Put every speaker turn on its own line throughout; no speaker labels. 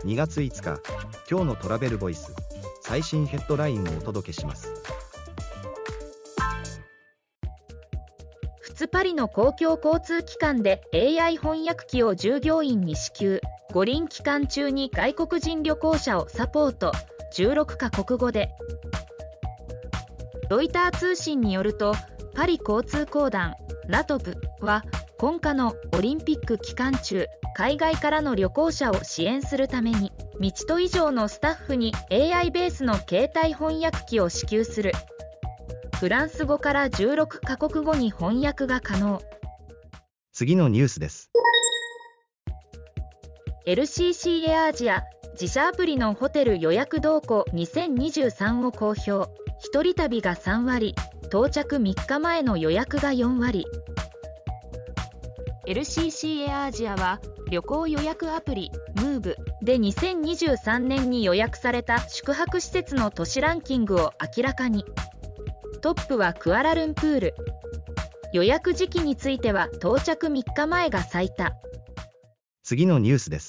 2月5日、今日のトラベルボイス、最新ヘッドラインをお届けします。
仏パリの公共交通機関で AI 翻訳機を従業員に支給。五輪期間中に外国人旅行者をサポート。16カ国語で。ロイター通信によると、パリ交通公団ラトプは今夏のオリンピック期間中、海外からの旅行者を支援するために道と以上のスタッフに AI ベースの携帯翻訳機を支給する。フランス語から16カ国語に翻訳が可能。
次のニュースです。
LCC エアアジア自社アプリのホテル予約動向2023を公表。一人旅が3割、到着3日前の予約が4割。LCC エアアジアは旅行予約アプリ Move で2023年に予約された宿泊施設の都市ランキングを明らかに。トップはクアラルンプール。予約時期については到着3日前が最多。
次のニュースです。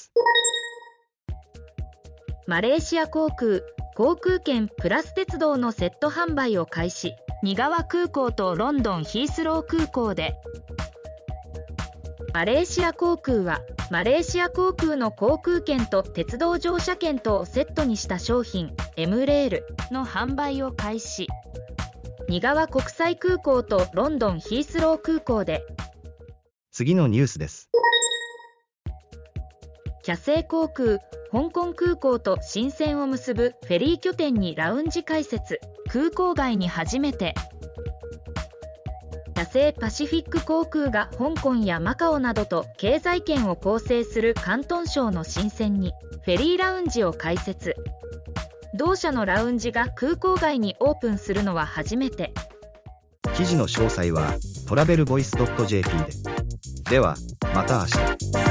マレーシア航空航空券プラス鉄道のセット販売を開始。ニガワ空港とロンドンヒースロー空港で。マレーシア航空はマレーシア航空の航空券と鉄道乗車券とをセットにした商品エムレールの販売を開始。ニガワ国際空港とロンドンヒースロー空港で。
次のニュースです。
キャセイ航空香港空港と新線を結ぶフェリー拠点にラウンジ開設。空港外に初めて。キャセイパシフィック航空が香港やマカオなどと経済圏を構成する広東省の新線にフェリーラウンジを開設。同社のラウンジが空港外にオープンするのは初めて。
記事の詳細はトラベルボイス .jp で。ではまた明日。